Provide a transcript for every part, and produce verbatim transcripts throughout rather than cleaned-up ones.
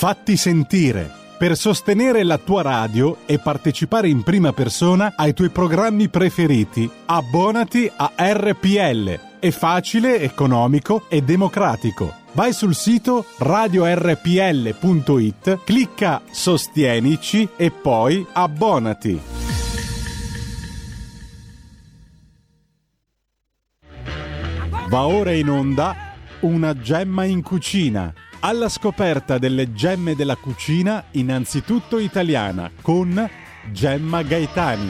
Fatti sentire per sostenere la tua radio e partecipare in prima persona ai tuoi programmi preferiti. Abbonati a R P L. È facile, economico e democratico. Vai sul sito radio erre pi elle punto it, clicca Sostienici e poi abbonati. Va ora in onda Una gemma in cucina, alla scoperta delle gemme della cucina, innanzitutto italiana, con Gemma Gaetani.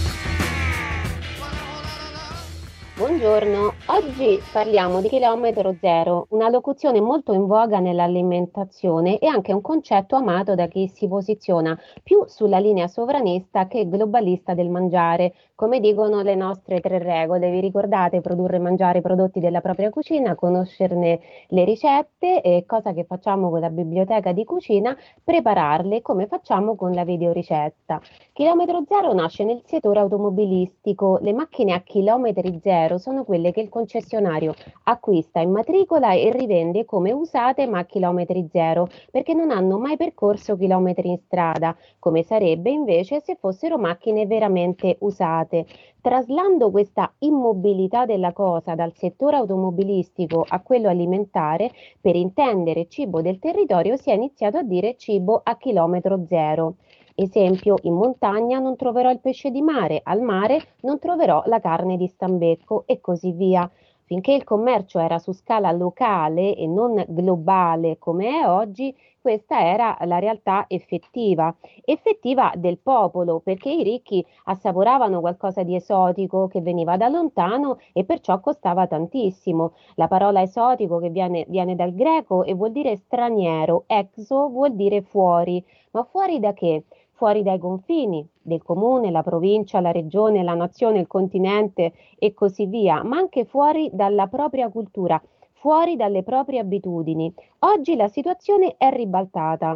Buongiorno, oggi parliamo di chilometro zero, una locuzione molto in voga nell'alimentazione e anche un concetto amato da chi si posiziona più sulla linea sovranista che globalista del mangiare. Come dicono le nostre tre regole, vi ricordate? Produrre e mangiare i prodotti della propria cucina, conoscerne le ricette e cosa che facciamo con la biblioteca di cucina, prepararle come facciamo con la videoricetta. Chilometro zero nasce nel settore automobilistico, le macchine a chilometri zero sono quelle che il concessionario acquista in matricola e rivende come usate ma a chilometri zero, perché non hanno mai percorso chilometri in strada, come sarebbe invece se fossero macchine veramente usate. Traslando questa immobilità della cosa dal settore automobilistico a quello alimentare, per intendere cibo del territorio si è iniziato a dire cibo a chilometro zero. Esempio, in montagna non troverò il pesce di mare, al mare non troverò la carne di stambecco e così via. Finché il commercio era su scala locale e non globale come è oggi, questa era la realtà effettiva, effettiva del popolo, perché i ricchi assaporavano qualcosa di esotico che veniva da lontano e perciò costava tantissimo. La parola esotico che viene, viene dal greco e vuol dire straniero, exo vuol dire fuori, ma fuori da che? Fuori dai confini del comune, la provincia, la regione, la nazione, il continente e così via, ma anche fuori dalla propria cultura, fuori dalle proprie abitudini. Oggi la situazione è ribaltata.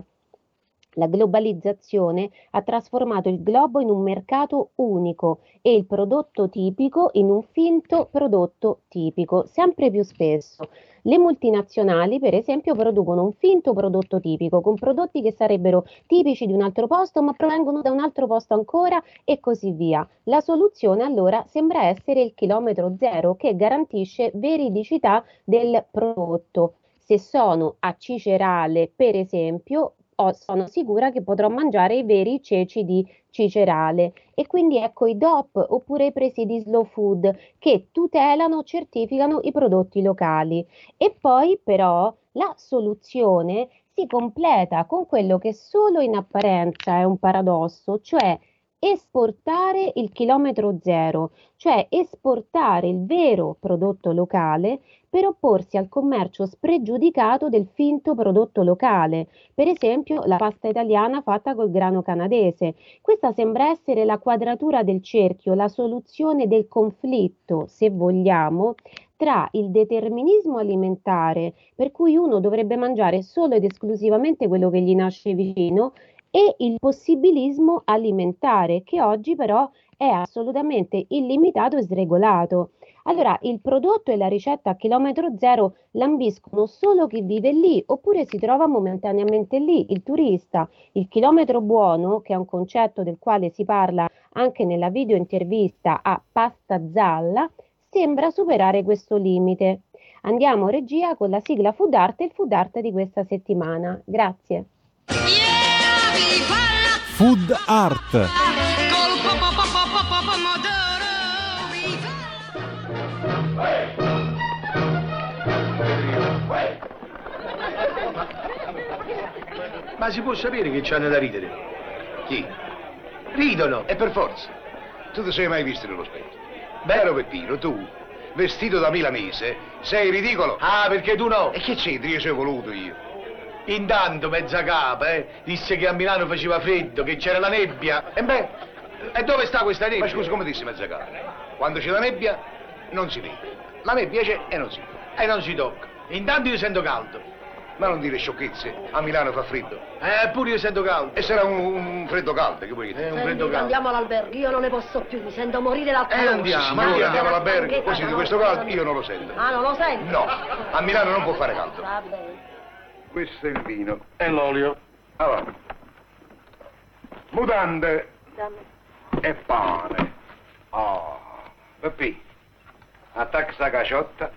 La globalizzazione ha trasformato il globo in un mercato unico e il prodotto tipico in un finto prodotto tipico, sempre più spesso. Le multinazionali, per esempio, producono un finto prodotto tipico con prodotti che sarebbero tipici di un altro posto, ma provengono da un altro posto ancora e così via. La soluzione allora sembra essere il chilometro zero, che garantisce veridicità del prodotto. Se sono a Cicerale, per esempio, Oh, sono sicura che potrò mangiare i veri ceci di Cicerale e quindi ecco i D O P oppure i presidi slow food che tutelano, certificano i prodotti locali. E poi però la soluzione si completa con quello che solo in apparenza è un paradosso, cioè esportare il chilometro zero, cioè esportare il vero prodotto locale per opporsi al commercio spregiudicato del finto prodotto locale, per esempio la pasta italiana fatta col grano canadese. Questa sembra essere la quadratura del cerchio, la soluzione del conflitto, se vogliamo, tra il determinismo alimentare, per cui uno dovrebbe mangiare solo ed esclusivamente quello che gli nasce vicino, e il possibilismo alimentare, che oggi però è assolutamente illimitato e sregolato. Allora, il prodotto e la ricetta a chilometro zero lambiscono solo chi vive lì, oppure si trova momentaneamente lì, il turista. Il chilometro buono, che è un concetto del quale si parla anche nella video intervista a Pasta Zalla, sembra superare questo limite. Andiamo regia con la sigla Food Art e il Food Art di questa settimana. Grazie. Food Art. Ma si può sapere che c'hanno da ridere? Chi? Ridono, e per forza. Tu ti sei mai visto nello specchio? Caro Peppino, tu, vestito da milanese, sei ridicolo. Ah, perché tu no? E che c'entri? Io ci ho voluto io. Intanto mezza capa, eh, disse che a Milano faceva freddo, che c'era la nebbia. E beh, e dove sta questa nebbia? Ma scusa, come disse mezza capa? Quando c'è la nebbia, non si vede. La nebbia c'è e non si vede. E non si tocca. Intanto io sento caldo. Ma non dire sciocchezze, a Milano fa freddo. Eh, pure io sento caldo. E sarà un, un freddo caldo, che vuoi dire? Eh, un Senti, freddo caldo. andiamo all'albergo, io non ne posso più, mi sento morire dal calore. Eh, andiamo, Signore, andiamo. andiamo all'albergo, Stanchezza, così di no, questo no, caldo no. io non lo sento. Ah, non lo senti? No, a Milano non può fare caldo. Va bene. Questo è il vino. E l'olio? Allora, mutande e pane. Oh, Peppi, attacca sta caciotta.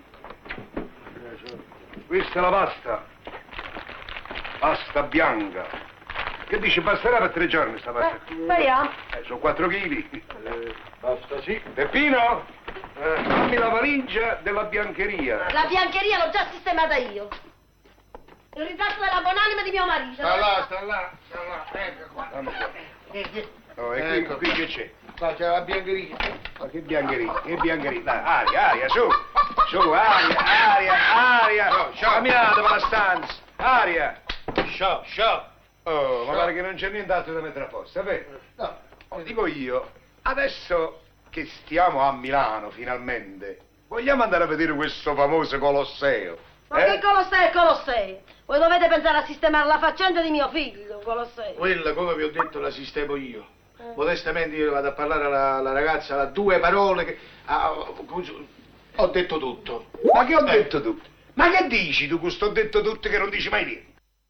Questa è la pasta. Pasta bianca. Che dici, basterà per tre giorni sta pasta? Eh, speriamo. Eh, sono quattro chili. Eh, basta sì. Peppino, eh, fammi la valigia della biancheria. La biancheria l'ho già sistemata io. Il ritratto della buonanima di mio marito. Sta là, sta là, sta là, ecco qua. Dammi qua. Oh, e qui, Ecco. qui che c'è? Qua c'è la biancheria. Ma che biancheria, che biancheria? Dai, aria, aria, su, su, aria, aria, aria. Camminate per la stanza, aria. Sciò, sciò. Oh, ma pare che non c'è nient'altro da mettere a posto, vero? No. Oh, dico io, adesso che stiamo a Milano, finalmente, vogliamo andare a vedere questo famoso Colosseo? Ma eh? che Colosseo è Colosseo? Voi dovete pensare a sistemare la faccenda di mio figlio, Colosseo. Quella, come vi ho detto, la sistemo io. Modestamente io vado a parlare alla, alla ragazza, a due parole che... a- ho detto tutto. Ma che ho Eh. detto tu? Ma che dici tu, questo ho detto tutto che non dici mai niente?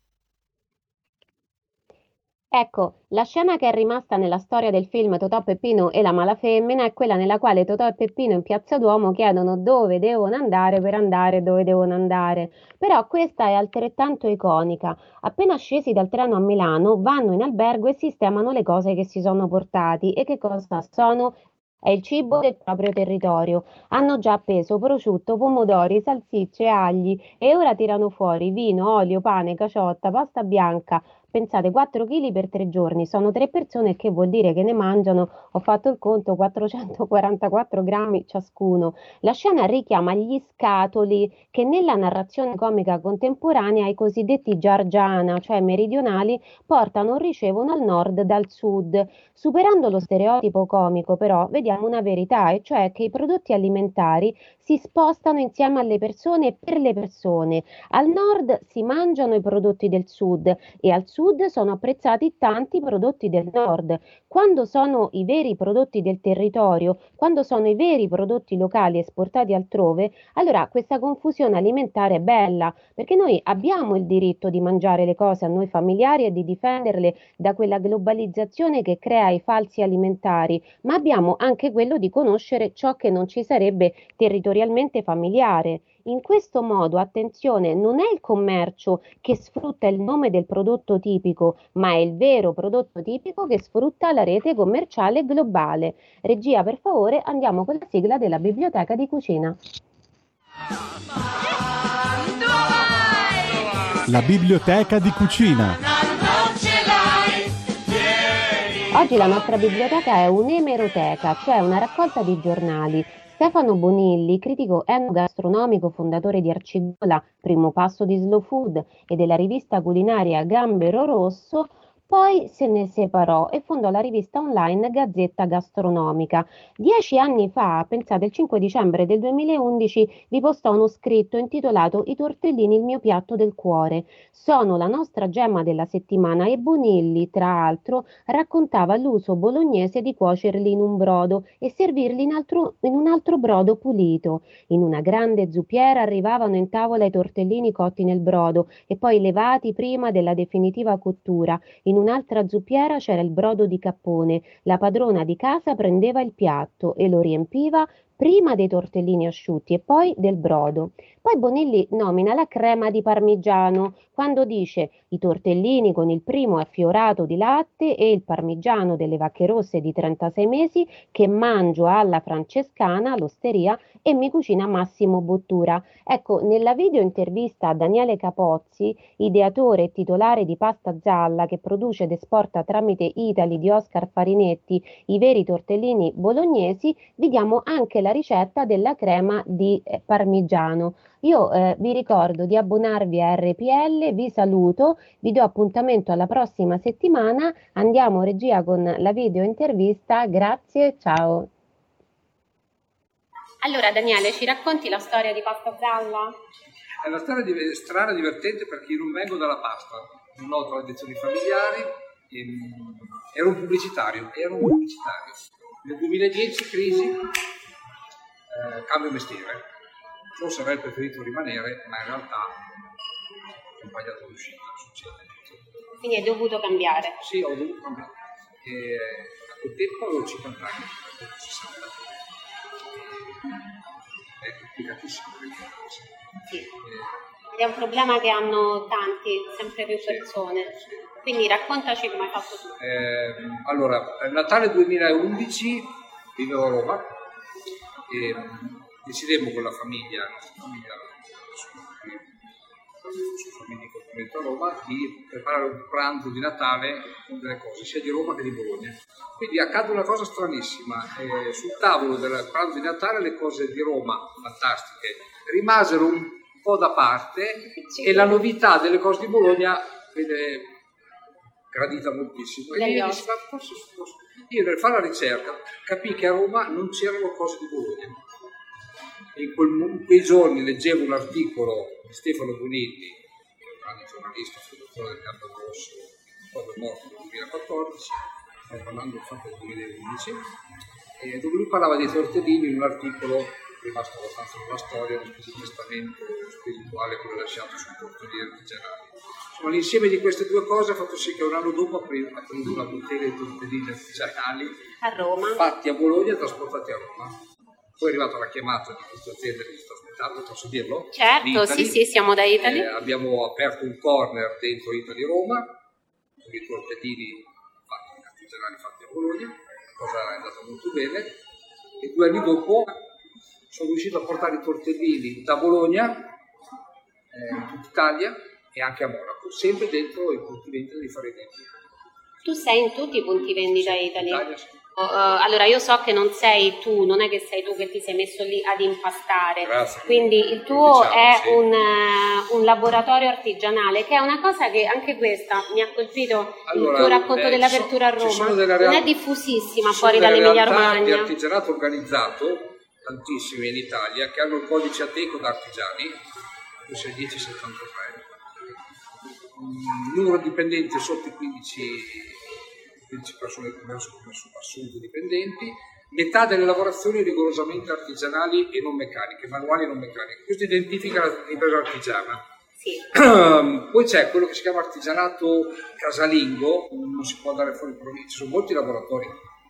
Ecco, la scena che è rimasta nella storia del film Totò, Peppino e la Malafemmina è quella nella quale Totò e Peppino in Piazza Duomo chiedono dove devono andare per andare dove devono andare. Però questa è altrettanto iconica. Appena scesi dal treno a Milano, vanno in albergo e sistemano le cose che si sono portati. E che cosa sono? È il cibo del proprio territorio. Hanno già appeso prosciutto, pomodori, salsicce, agli e ora tirano fuori vino, olio, pane, caciotta, pasta bianca. Pensate, quattro chili per tre giorni, sono tre persone, che vuol dire che ne mangiano, ho fatto il conto, quattrocentoquarantaquattro grammi ciascuno. La scena richiama gli scatoli che nella narrazione comica contemporanea i cosiddetti giargiana, cioè meridionali, portano o ricevono al nord dal sud. Superando lo stereotipo comico, però, vediamo una verità, e cioè che i prodotti alimentari si spostano insieme alle persone e per le persone. Al nord si mangiano i prodotti del sud e al sud sono apprezzati tanti prodotti del nord. Quando sono i veri prodotti del territorio, quando sono i veri prodotti locali esportati altrove, allora questa confusione alimentare è bella, perché noi abbiamo il diritto di mangiare le cose a noi familiari e di difenderle da quella globalizzazione che crea i falsi alimentari, ma abbiamo anche quello di conoscere ciò che non ci sarebbe territorialmente familiare. In questo modo, attenzione, non è il commercio che sfrutta il nome del prodotto tipico, ma è il vero prodotto tipico che sfrutta la rete commerciale globale. Regia, per favore, andiamo con la sigla della Biblioteca di Cucina. La Biblioteca di Cucina. Oggi la nostra biblioteca è un'emeroteca, cioè una raccolta di giornali. Stefano Bonilli, critico enogastronomico, fondatore di Arcigola, primo passo di Slow Food e della rivista culinaria Gambero Rosso, poi se ne separò e fondò la rivista online Gazzetta Gastronomica. Dieci anni fa, pensate, il cinque dicembre del duemilaundici, vi postò uno scritto intitolato I tortellini, il mio piatto del cuore. Sono la nostra gemma della settimana e Bonilli, tra l'altro, raccontava l'uso bolognese di cuocerli in un brodo e servirli in, altro, in un altro brodo pulito. In una grande zuppiera arrivavano in tavola i tortellini cotti nel brodo e poi levati prima della definitiva cottura. In un'altra zuppiera c'era il brodo di cappone. La padrona di casa prendeva il piatto e lo riempiva prima dei tortellini asciutti e poi del brodo. Poi Bonilli nomina la crema di parmigiano quando dice i tortellini con il primo affiorato di latte e il parmigiano delle vacche rosse di trentasei mesi che mangio alla francescana all'osteria e mi cucina Massimo Bottura. Ecco, nella video intervista a Daniele Capozzi, ideatore e titolare di Pasta Zalla che produce ed esporta tramite Italy di Oscar Farinetti i veri tortellini bolognesi, vi diamo anche la ricetta della crema di eh, parmigiano. Io eh, vi ricordo di abbonarvi a R P L, vi saluto, vi do appuntamento alla prossima settimana, andiamo regia con la video intervista, grazie, ciao. Allora Daniele, ci racconti la storia di Pasta Zalla? È una storia di- strana e divertente perché io non vengo dalla pasta, non ho tradizioni familiari, ehm, ero un pubblicitario, ero un pubblicitario. Nel duemiladieci crisi, eh, cambio mestiere. Forse avrei preferito rimanere, ma in realtà ho sbagliato l'uscita, succede. Quindi hai dovuto cambiare? Sì, ho dovuto cambiare. E a quel tempo avevo cinquanta anni, sessanta. È complicatissimo. Sì. Ed è un problema che hanno tanti, sempre più persone. Quindi raccontaci come hai fatto tu. Eh, allora, nel Natale duemilaundici vivevo a Roma e decidemmo con la famiglia, la nostra famiglia, su famiglia a Roma, di preparare un pranzo di Natale con delle cose sia di Roma che di Bologna. Quindi accade una cosa stranissima, eh, sul tavolo del pranzo di Natale le cose di Roma, fantastiche, rimasero un po' da parte e la novità delle cose di Bologna vede gradita moltissimo. E io, disse, forse, forse. io nel fare la ricerca capii che a Roma non c'erano cose di Bologna. E in, quel, in quei giorni leggevo un articolo di Stefano Bonetti, che è un grande giornalista, fondatore del Campo Rosso, poi è morto nel duemilaquattordici, stiamo parlando del fatto del duemilaundici, e dove lui parlava dei tortellini in un articolo rimasto abbastanza nella storia, una specie di testamento spirituale che ho lasciato sui tortellini artigianali. Insomma, l'insieme di queste due cose ha fatto sì che un anno dopo aprì una bottega di tortellini artigianali a Roma, fatti a Bologna e trasportati a Roma. Poi è arrivata la chiamata di questa azienda che sto aspettando, posso dirlo? Certo, sì, sì, siamo da Italy. Eh, abbiamo aperto un corner dentro Italy Roma, con i tortellini fatti, artigianali fatti a Bologna, la cosa è andata molto bene, e due anni dopo sono riuscito a portare i tortellini da Bologna, eh, in tutta Italia e anche a Monaco, sempre dentro i punti vendita di Farinelli. Tu sei in tutti i punti vendita sì, Italy? In Italia, sì. Uh, allora io so che non sei tu, non è che sei tu che ti sei messo lì ad impastare. Grazie. Quindi il tuo diciamo, è sì. un, uh, un laboratorio artigianale, che è una cosa che anche questa mi ha colpito. Allora, il tuo racconto eh, dell'apertura a Roma non real... è diffusissima fuori dall'Emilia Romagna. Di artigianato organizzato, tantissime in Italia, che hanno il codice Ateco da artigiani, questo è il dieci settantatré. Il numero di dipendenti è sotto i quindici persone come assunto dipendenti, metà delle lavorazioni rigorosamente artigianali e non meccaniche, manuali e non meccaniche. Questo identifica l'impresa artigiana. Sì. Poi c'è quello che si chiama artigianato casalingo, non si può andare fuori in provincia, ci sono molti laboratori,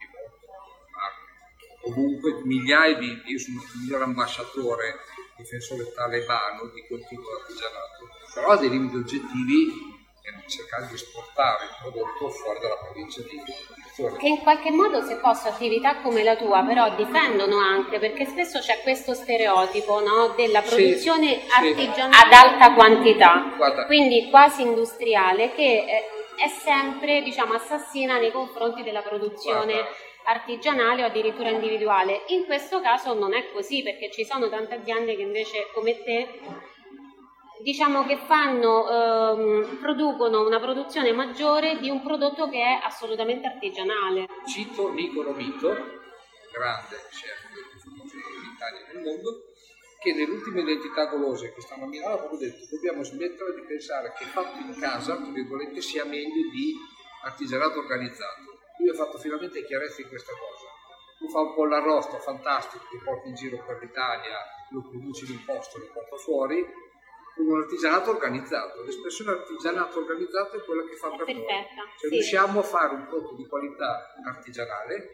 ovunque, migliaia di, io sono il miglior ambasciatore, difensore talebano di quel tipo di artigianato, però ha dei limiti oggettivi e cercare di esportare il prodotto fuori dalla provincia di produzione. Che in qualche modo, se posso, attività come la tua però difendono anche, perché spesso c'è questo stereotipo, no, della produzione sì, artigianale sì. ad alta quantità, Guarda. quindi quasi industriale, che è sempre, diciamo, assassina nei confronti della produzione Guarda. artigianale o addirittura individuale. In questo caso non è così, perché ci sono tante aziende che invece, come te, diciamo che fanno, ehm, producono una produzione maggiore di un prodotto che è assolutamente artigianale. Cito Niccolo Mito, grande chef in Italia e nel mondo, che nelle ultime identità golose che stanno a Milano ha proprio detto: dobbiamo smettere di pensare che fatto in casa, tra virgolette, sia meglio di artigianato organizzato. Lui ha fatto finalmente chiarezza in questa cosa. Tu fai un po' l'arrosto fantastico, ti porti in giro per l'Italia, lo produci in un posto, lo porta fuori. Un artigianato organizzato, l'espressione artigianato organizzato è quella che fa per noi. Se sì. riusciamo a fare un prodotto di qualità artigianale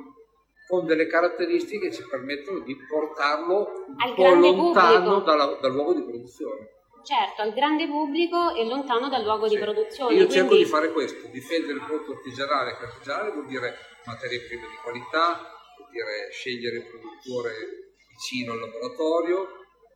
con delle caratteristiche che ci permettono di portarlo un al po' lontano dalla, dal luogo di produzione. Certo, al grande pubblico e lontano dal luogo sì. di produzione. Io quindi... cerco di fare questo, difendere il prodotto artigianale, che artigianale vuol dire materie prime di qualità, vuol dire scegliere il produttore vicino al laboratorio,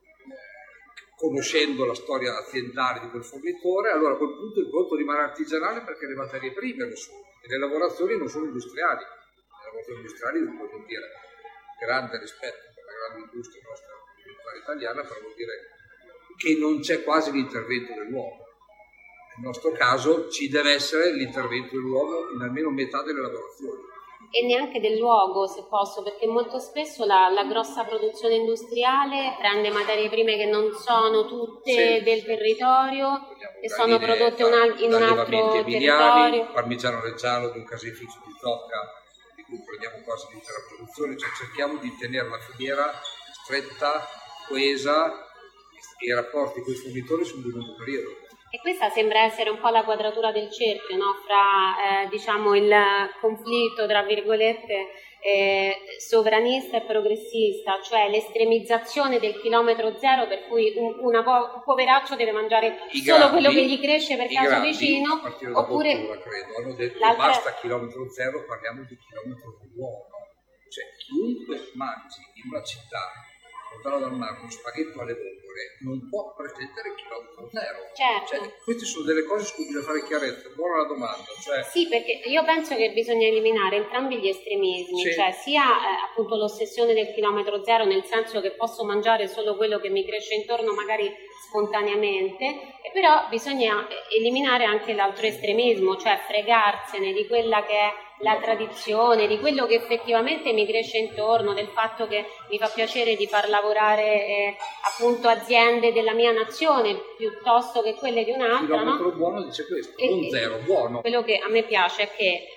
conoscendo la storia aziendale di quel fornitore. Allora a quel punto il prodotto rimane artigianale perché le materie prime lo sono e le lavorazioni non sono industriali. Le lavorazioni industriali vuol dire grande rispetto per la grande industria nostra italiana, però vuol dire che non c'è quasi l'intervento dell'uomo. Nel nostro caso ci deve essere l'intervento dell'uomo in almeno metà delle lavorazioni. E neanche del luogo, se posso, perché molto spesso la, la grossa produzione industriale prende materie prime che non sono tutte sì. del territorio e sono prodotte un al- in un altro territorio. Parmigiano Reggiano di un caseificio di Zocca, di cui prendiamo quasi l'intera produzione, cioè cerchiamo di tenere la filiera stretta, coesa e i rapporti con i fornitori sul lungo periodo. E questa sembra essere un po' la quadratura del cerchio, no? Fra eh, diciamo il conflitto, tra virgolette, eh, sovranista e progressista, cioè l'estremizzazione del chilometro zero, per cui un, una po- un poveraccio deve mangiare I solo grandi, quello che gli cresce per i caso grandi, vicino, a partire da oppure Bottura, credo, hanno detto l'altra- basta chilometro zero, parliamo di chilometro buono. Cioè chiunque mangi in una città lontano dal mare uno spaghetto alle vongole non può pretendere chilometro zero. Certo. Cioè, queste sono delle cose su cui bisogna fare chiarezza. Buona la domanda. Cioè, Sì, perché io penso che bisogna eliminare entrambi gli estremismi, Sì. cioè sia eh, appunto l'ossessione del chilometro zero, nel senso che posso mangiare solo quello che mi cresce intorno, magari spontaneamente, e però bisogna eliminare anche l'altro estremismo, cioè fregarsene di quella che è la tradizione, di quello che effettivamente mi cresce intorno, del fatto che mi fa piacere di far lavorare eh, appunto aziende della mia nazione piuttosto che quelle di un'altra, chilometro no? buono dice questo, E- non zero, buono. Quello che a me piace è che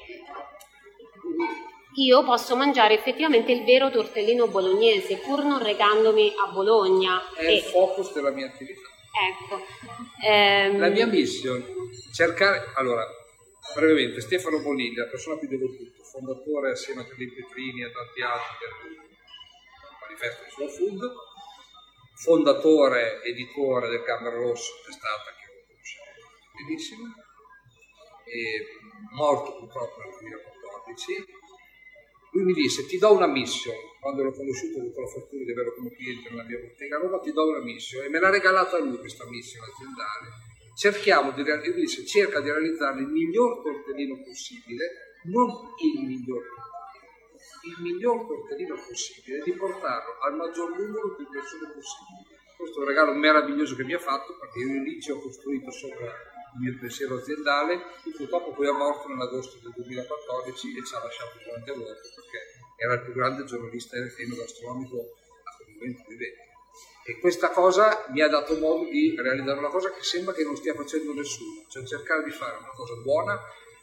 io posso mangiare effettivamente il vero tortellino bolognese pur non recandomi a Bologna. È E, il focus della mia attività. ecco, ehm, La mia mission, cercare, allora, brevemente, Stefano Bonini, la persona più dell'Otutto, fondatore assieme a Felipe Petrini e a tanti altri del manifesto di Slow Food, fondatore, editore del Camera Rosso, testata che ho conosciuto benissimo, e morto purtroppo nel duemilaquattordici. Lui mi disse: ti do una mission, quando l'ho conosciuto ho avuto la fortuna di averlo come cliente nella mia bottega a Roma, ti do una mission, e me l'ha regalata lui questa mission aziendale. Cerchiamo di realizzare, lui disse, cerca di realizzare il miglior tortellino possibile, non il miglior tortellino, il miglior tortellino possibile, di portarlo al maggior numero di persone possibile. Questo è un regalo meraviglioso che mi ha fatto, perché io lì ci ho costruito sopra il mio pensiero aziendale. Purtroppo poi è morto nell'agosto del duemilaquattordici e ci ha lasciato un grande vuoto, perché era il più grande giornalista enogastronomico a quel momento vivente. E questa cosa mi ha dato modo di realizzare una cosa che sembra che non stia facendo nessuno, cioè cercare di fare una cosa buona,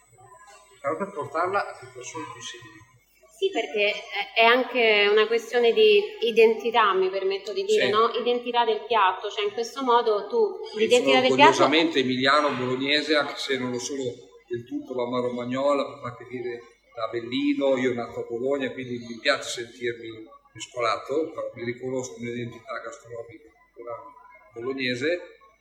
però per portarla a più persone possibili. sì, perché è anche una questione di identità, mi permetto di dire, Sì. no? Identità del piatto, cioè in questo modo tu Io l'identità sono del piatto. orgogliosamente emiliano, bolognese, anche se non lo sono del tutto, ma amo romagnola, per farti dire da Avellino, io nato a Bologna, quindi mi piace sentirmi mescolato, però mi riconosco un'identità gastronomica culturale bolognese,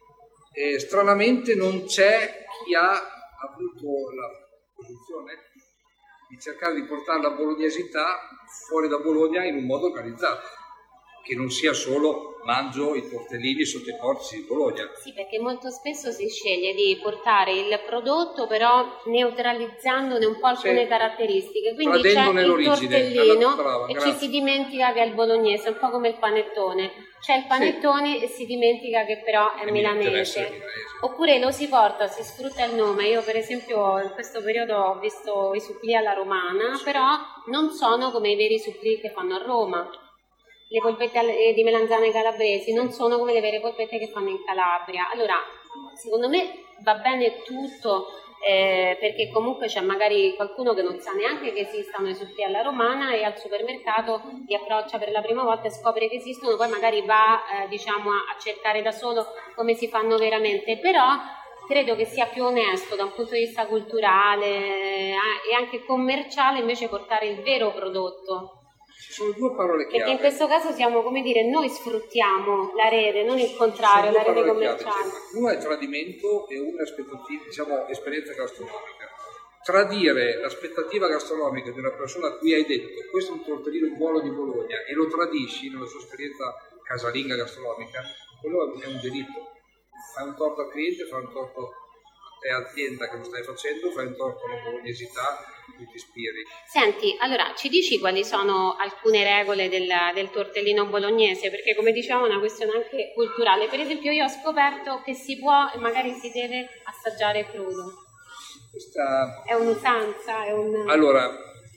e stranamente non c'è chi ha avuto la posizione di cercare di portare la bolognesità fuori da Bologna in un modo organizzato, che non sia solo mangio i tortellini sotto i portici di Bologna. Sì, perché molto spesso si sceglie di portare il prodotto però neutralizzandone un po' alcune Sì. caratteristiche, quindi c'è Tradendone il l'origine. tortellino Brava, e grazie. ci si dimentica che è il bolognese, un po' come il panettone. C'è il panettone e si dimentica che però è E deve essere milanese. milanese. Oppure lo si porta, si sfrutta il nome. Io per esempio in questo periodo ho visto i supplì alla romana, però non sono come i veri supplì che fanno a Roma. Le polpette alle- di melanzane calabresi non sono come le vere polpette che fanno in Calabria. Allora, secondo me va bene tutto, eh, perché comunque c'è magari qualcuno che non sa neanche che esistano i supplì alla romana e al supermercato li approccia per la prima volta e scopre che esistono, poi magari va eh, diciamo a, a cercare da solo come si fanno veramente, però credo che sia più onesto da un punto di vista culturale eh, e anche commerciale invece portare il vero prodotto. Ci sono due parole Perché chiave. in questo caso siamo, come dire, noi sfruttiamo la rete, non il contrario, Sono la due rete parole chiave, commerciale. Gemma. Una è tradimento e una è aspettativa, diciamo, esperienza gastronomica. Tradire l'aspettativa gastronomica di una persona a cui hai detto questo è un tortellino buono di Bologna e lo tradisci nella sua esperienza casalinga gastronomica, quello è un delitto. Fai un torto al cliente, fai un torto a te azienda che lo stai facendo, fai un torto alla bolognesità cui ti ispiri. Senti, allora ci dici quali sono alcune regole del, del tortellino bolognese? Perché come diciamo è una questione anche culturale. Per esempio io ho scoperto che si può e magari si deve assaggiare crudo. Questa... È un'usanza, è un... Allora,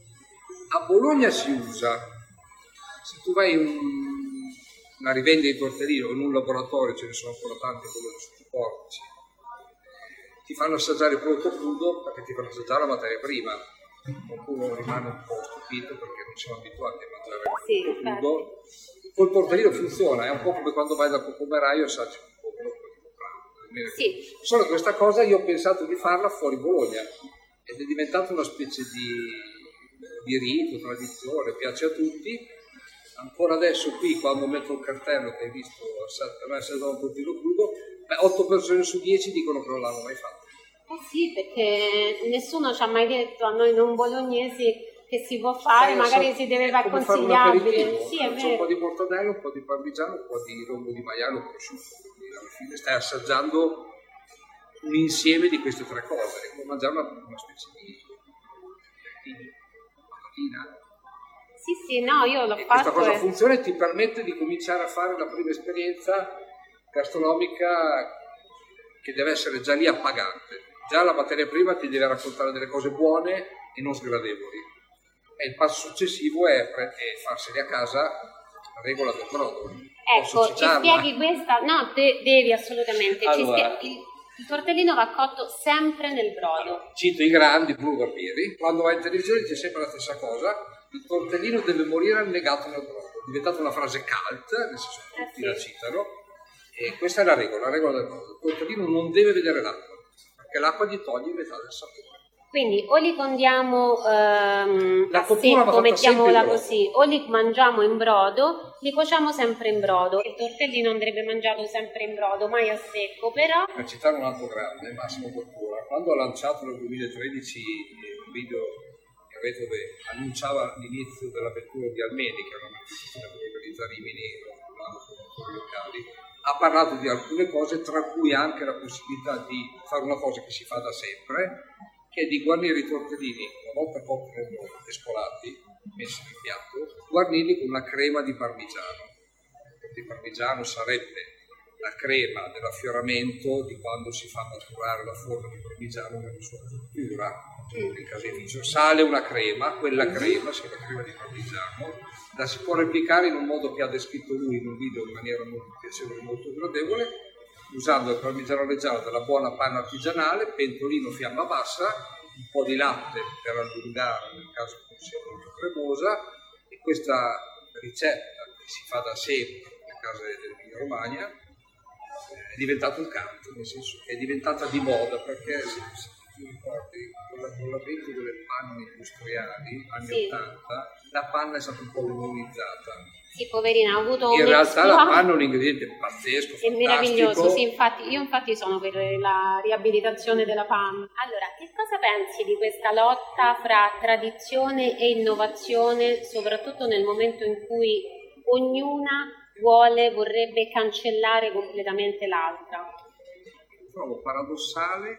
a Bologna si usa, se tu vai in un- una rivendita di tortellino o in un laboratorio, ce ne sono ancora tanti a Bologna sotto i portici, ti fanno assaggiare il prodotto crudo perché ti fanno assaggiare la materia prima. Qualcuno rimane un po' stupito perché non siamo abituati a mangiare il Sì, prodotto crudo. Col tortellino funziona, è un po' come quando vai dal cocomeraio e assaggi un po' quello che puoi comprare. Sì. Solo questa cosa io ho pensato di farla fuori Bologna ed è diventata una specie di, di rito, tradizione, piace a tutti. Ancora adesso qui, quando metto il cartello che hai visto a me è stato un pochino crudo, otto persone su dieci dicono che non l'hanno mai fatto. Eh sì, perché nessuno ci ha mai detto a noi non bolognesi che si può fare, eh, magari so, si deve fare consigliabile. Sì, è C'è vero. un po' di mortadella, un po' di parmigiano, un po' di rombo di maiale, prosciutto. Alla fine stai assaggiando un insieme di queste tre cose, è come mangiare una, una specie di mattina. Sì, sì, no, io l'ho e fatto. Questa cosa e... funziona e ti permette di cominciare a fare la prima esperienza gastronomica che deve essere già lì appagante. Già la materia prima ti deve raccontare delle cose buone e non sgradevoli. E il passo successivo è, pre- è farseli a casa la regola del brodo. Ecco, ci spieghi questa? No, de- devi assolutamente. Allora, ci spie- il, il tortellino va cotto sempre nel brodo. Cito i grandi, Bruno Barbieri. Quando vai in televisione c'è sempre la stessa cosa. Il tortellino deve morire annegato nel brodo. È diventata una frase cult, nel senso che tutti eh sì. la citano. E questa è la regola, la regola del brodo. Il tortellino non deve vedere l'acqua, perché l'acqua gli toglie metà del sapore. Quindi o li condiamo ehm, la a secco, mettiamola così, o li mangiamo in brodo, li cuociamo sempre in brodo. Il tortellino andrebbe mangiato sempre in brodo, mai a secco, però... Per citare un altro grande, Massimo Bottura, quando ha lanciato nel duemilatredici un video in rete dove annunciava l'inizio dell'avventura di Almeni, che era una manifestazione per organizzare i Rimini con i locali, ha parlato di alcune cose, tra cui anche la possibilità di fare una cosa che si fa da sempre, che è di guarnire i tortellini, una volta cotti nel brodo e scolati, messi nel piatto, guarnirli con una crema di parmigiano. Il parmigiano sarebbe la crema dell'affioramento di quando si fa maturare la forma di parmigiano nella sua cottura, cioè nel caseificio. Sale una crema, quella crema, se è la crema di parmigiano, la si può replicare in un modo che ha descritto lui in un video in maniera molto piacevole e molto gradevole, usando il parmigiano reggiano della buona panna artigianale, pentolino fiamma bassa, un po' di latte per allungare nel caso che sia molto cremosa, e questa ricetta che si fa da sempre nelle case dell'Emilia Romagna è diventato un canto, nel senso che è diventata di moda, perché se, se ti ricordi con l'avvento delle panne industriali anni sì. ottanta, la panna è stata un po' demonizzata. Sì, poverina, ha avuto in un realtà la panna è un ingrediente pazzesco, è meraviglioso, sì, infatti io infatti sono per la riabilitazione della panna. Allora, che cosa pensi di questa lotta fra tradizione e innovazione, soprattutto nel momento in cui ognuna vuole, vorrebbe cancellare completamente l'altra? Trovo paradossale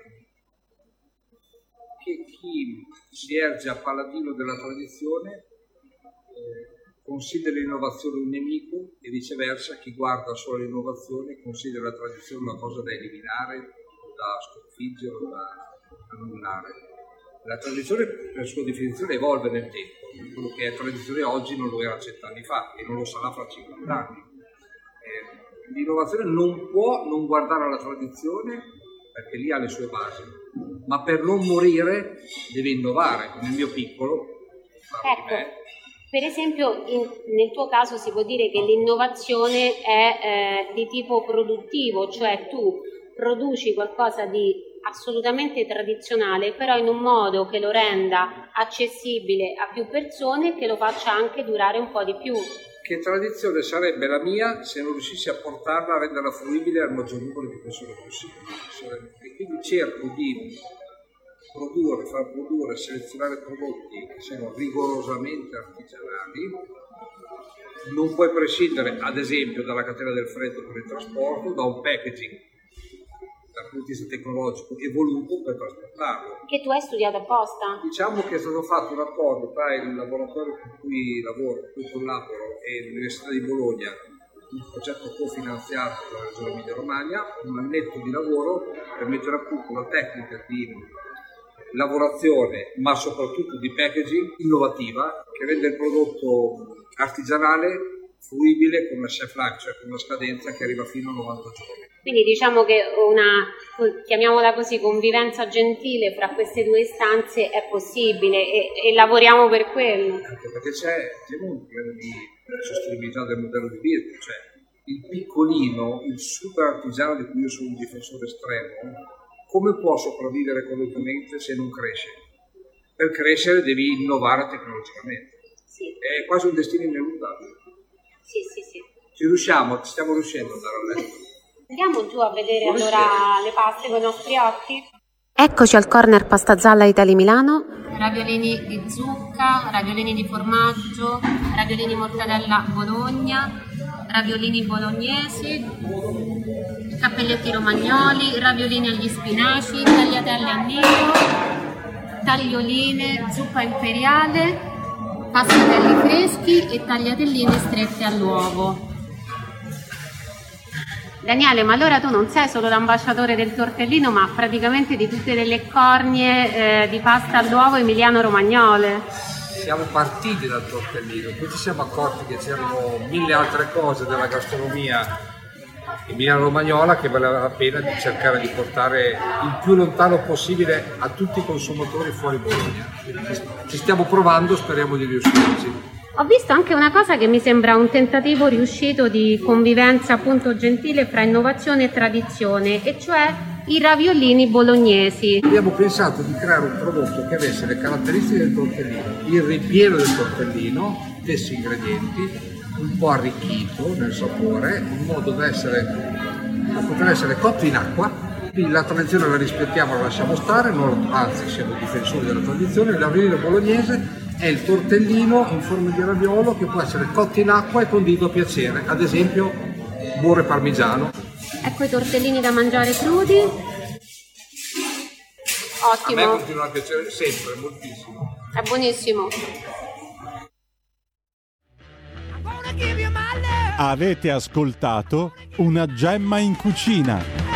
che chi si erge a paladino della tradizione eh, considera l'innovazione un nemico e viceversa chi guarda solo l'innovazione considera la tradizione una cosa da eliminare, da sconfiggere o da annullare. La tradizione per sua definizione evolve nel tempo, quello che è tradizione oggi non lo era cent'anni fa e non lo sarà fra cinquanta anni. Eh, l'innovazione non può non guardare alla tradizione perché lì ha le sue basi, ma per non morire deve innovare, nel mio piccolo, ecco. di me. Per esempio, in, nel tuo caso si può dire che l'innovazione è eh, di tipo produttivo, cioè tu produci qualcosa di assolutamente tradizionale, però in un modo che lo renda accessibile a più persone e che lo faccia anche durare un po' di più. Che tradizione sarebbe la mia se non riuscissi a portarla, a renderla fruibile al maggior numero di persone possibile? E quindi cerco di produrre, far produrre, selezionare prodotti che siano rigorosamente artigianali. Non puoi prescindere, ad esempio, dalla catena del freddo per il trasporto, da un packaging dal punto di vista tecnologico evoluto per trasportarlo. Che tu hai studiato apposta? Diciamo che è stato fatto un accordo tra il laboratorio con cui lavoro, con cui collaboro, e l'Università di Bologna, un progetto cofinanziato dalla Regione Emilia Romagna, un annetto di lavoro per mettere a punto una tecnica di lavorazione, ma soprattutto di packaging innovativa, che rende il prodotto artigianale fruibile con una chef life, cioè con una scadenza che arriva fino a novanta giorni. Quindi diciamo che una, chiamiamola così, convivenza gentile fra queste due istanze è possibile e, e lavoriamo per quello. Anche perché c'è, c'è un problema di sostenibilità del modello di business, cioè il piccolino, il super artigiano di cui io sono un difensore estremo, come può sopravvivere economicamente se non cresce? Per crescere devi innovare tecnologicamente. Sì. È quasi un destino ineluttabile. Sì, sì, sì. Ci riusciamo, ci stiamo riuscendo ad andare a letto. Andiamo giù a vedere allora le paste con i nostri occhi. Eccoci al corner Pasta Gialla Italia Milano. Raviolini di zucca, raviolini di formaggio, raviolini mortadella Bologna, raviolini bolognesi, cappelletti romagnoli, raviolini agli spinaci, tagliatelle a nero, taglioline, zuppa imperiale, passatelli freschi e tagliatelline strette all'uovo. Daniele, ma allora tu non sei solo l'ambasciatore del tortellino, ma praticamente di tutte le cornie eh, di pasta all'uovo emiliano-romagnole. Siamo partiti dal tortellino, poi ci siamo accorti che c'erano mille altre cose della gastronomia emiliano-romagnola che valeva la pena di cercare di portare il più lontano possibile a tutti i consumatori fuori Bologna. Ci stiamo provando, speriamo di riuscirci. Ho visto anche una cosa che mi sembra un tentativo riuscito di convivenza appunto gentile fra innovazione e tradizione, e cioè i raviolini bolognesi. Abbiamo pensato di creare un prodotto che avesse le caratteristiche del tortellino, il ripieno del tortellino, stessi ingredienti, un po' arricchito nel sapore, in modo da essere da poter essere cotto in acqua. Quindi la tradizione la rispettiamo, la lasciamo stare, non, anzi siamo difensori della tradizione. Il raviolino bolognese è il tortellino in forma di raviolo che può essere cotto in acqua e condito a piacere, ad esempio burro e parmigiano. Ecco i tortellini da mangiare crudi. Ottimo. A me continua a piacere sempre, moltissimo. È buonissimo. Avete ascoltato Una gemma in cucina.